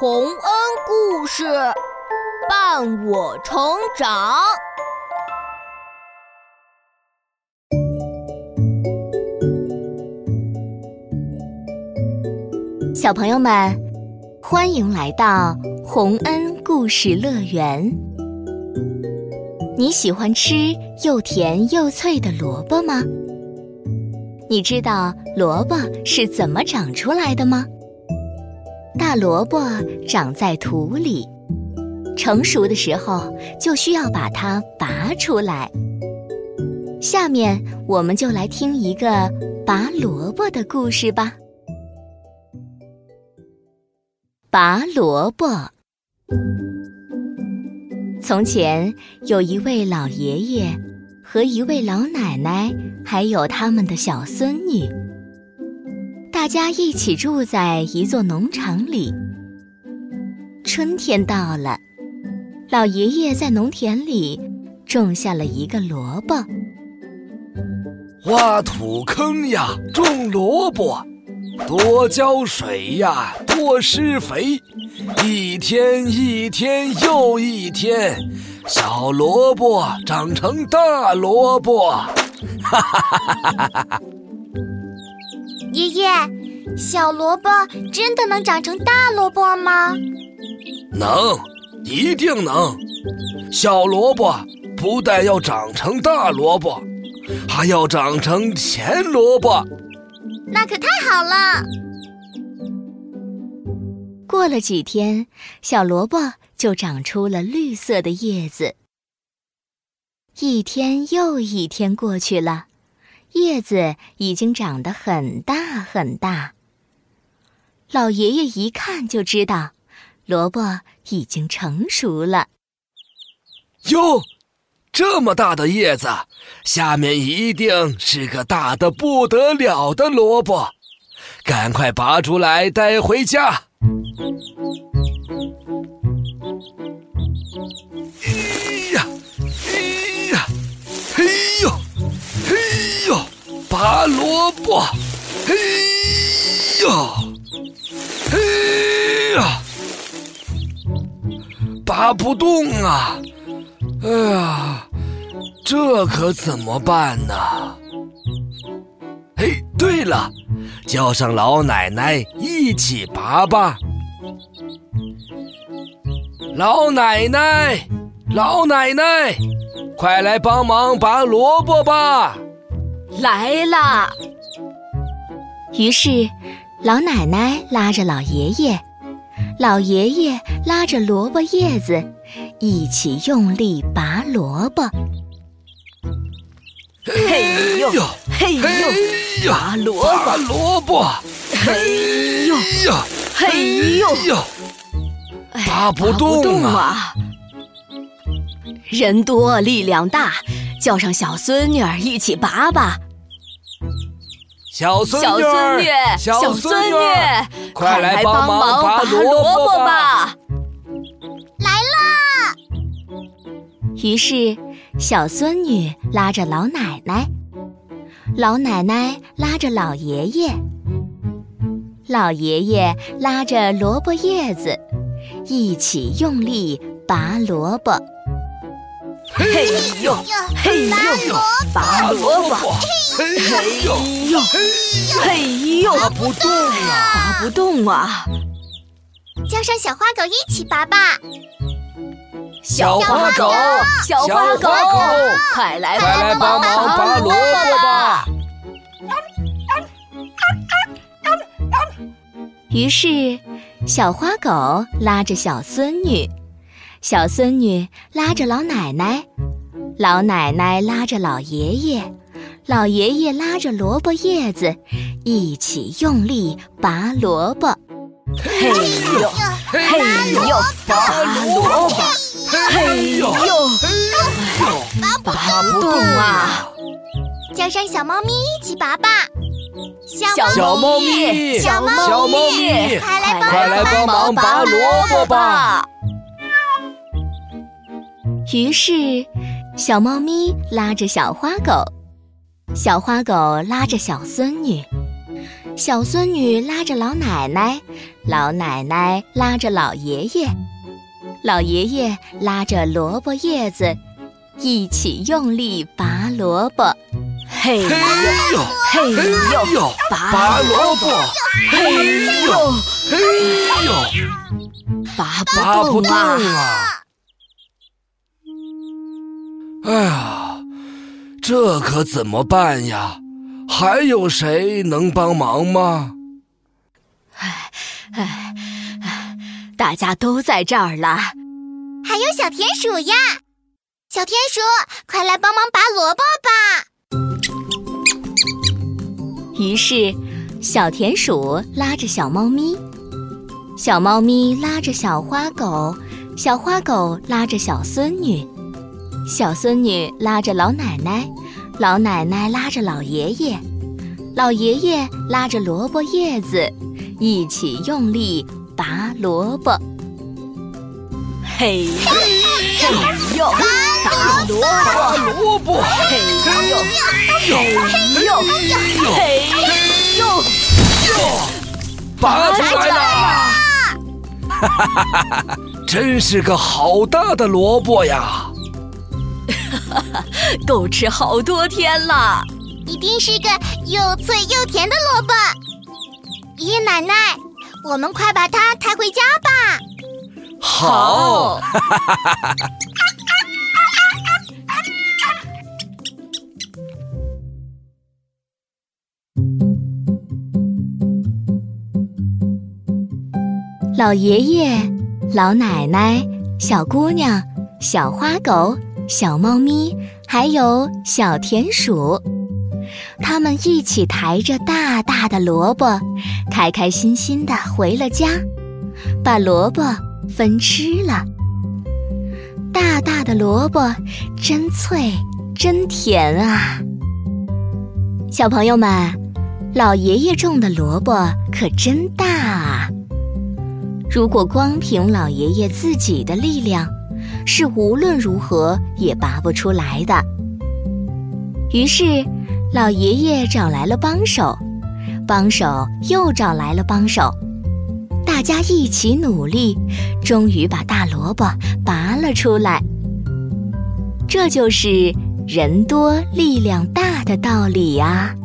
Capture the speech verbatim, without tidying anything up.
洪恩故事伴我成长。 小朋友们，欢迎来到洪恩故事乐园。你喜欢吃又甜又脆的萝卜吗？你知道萝卜是怎么长出来的吗？大萝卜长在土里，成熟的时候就需要把它拔出来。下面我们就来听一个拔萝卜的故事吧。拔萝卜。从前有一位老爷爷和一位老奶奶，还有他们的小孙女，大家一起住在一座农场里。春天到了，老爷爷在农田里种下了一个萝卜。 挖土坑呀，种萝卜，多浇水呀，多施肥，一天一天又一天，小萝卜长成大萝卜。哈哈哈哈哈哈！ 爷爷，小萝卜真的能长成大萝卜吗？ 能，一定能。小萝卜不但要长成大萝卜，还要长成甜萝卜。 那可太好了。 过了几天，小萝卜就长出了绿色的叶子。一天又一天过去了，叶子已经长得很大很大。老爷爷一看就知道，萝卜已经成熟了。 哟，这么大的叶子，下面一定是个大得不得了的萝卜，赶快拔出来带回家。哎呀，哎呀，嘿呦，嘿呦，拔萝卜，嘿呦，嘿呀，拔不动啊！哎呀，这可怎么办呢？嘿，对了，叫上老奶奶一起拔吧。老奶奶，老奶奶，快来帮忙拔萝卜吧！ 来啦！ 于是，老奶奶拉着老爷爷，老爷爷拉着萝卜叶子，一起用力拔萝卜。 嘿呦，嘿呦，拔萝卜， 拔萝卜， 嘿呦，嘿呦， 拔不动啊！ 人多力量大，叫上小孙女儿一起拔吧。 小孙女， 小孙女， 小孙女， 快来帮忙拔萝卜吧！ 来啦！ 于是，小孙女拉着老奶奶，老奶奶拉着老爷爷，老爷爷拉着萝卜叶子，一起用力拔萝卜。 嘿呦，嘿呦，拔萝卜，嘿呦，嘿呦， 拔不动啊！ 拔不动啊！ 叫上小花狗一起拔吧。 小花狗， 小花狗，快来快来帮忙拔萝卜吧！ 于是，小花狗拉着小孙女，小孙女拉着老奶奶，老奶奶拉着老爷爷，老爷爷拉着萝卜叶子，一起用力拔萝卜。 嘿呦，嘿呦，拔萝卜，嘿呦，拔不动啊！ 叫上小猫咪一起拔吧。 小猫咪， 小猫咪， 快来快来帮忙拔萝卜吧！ 于是，小猫咪拉着小花狗，小花狗拉着小孙女， 小孙女拉着老奶奶，老奶奶拉着老爷爷，老爷爷拉着萝卜叶子，一起用力拔萝卜。 嘿呦嘿呦， 嘿呦， 拔萝卜，嘿呦，嘿呦， 拔拔不动不动啊！ 啊！哎呀，这可怎么办呀？还有谁能帮忙吗？ 哎哎哎，大家都在这儿了。 还有小田鼠呀！小田鼠，快来帮忙拔萝卜吧！ 于是，小田鼠拉着小猫咪，小猫咪拉着小花狗，小花狗拉着小孙女，小孙女拉着老奶奶，老奶奶拉着老爷爷，老爷爷拉着萝卜叶子，一起用力拔萝卜。 嘿嘿呦，拔萝拔卜！ 萝卜， 嘿呦，嘿呦，嘿呦， 拔出来了！哈哈哈哈！真是个好大的萝卜呀！ 够吃好多天了。 一定是个又脆又甜的萝卜。爷爷奶奶，我们快把它抬回家吧。 好， 老爷爷、老奶奶、小姑娘、小花狗、小猫咪，还有小田鼠，他们一起抬着大大的萝卜，开开心心地回了家，把萝卜分吃了。大大的萝卜真脆真甜啊！小朋友们，老爷爷种的萝卜可真大啊！如果光凭老爷爷自己的力量，是无论如何也拔不出来的。于是，老爷爷找来了帮手，帮手又找来了帮手，大家一起努力，终于把大萝卜拔了出来。这就是人多力量大的道理呀。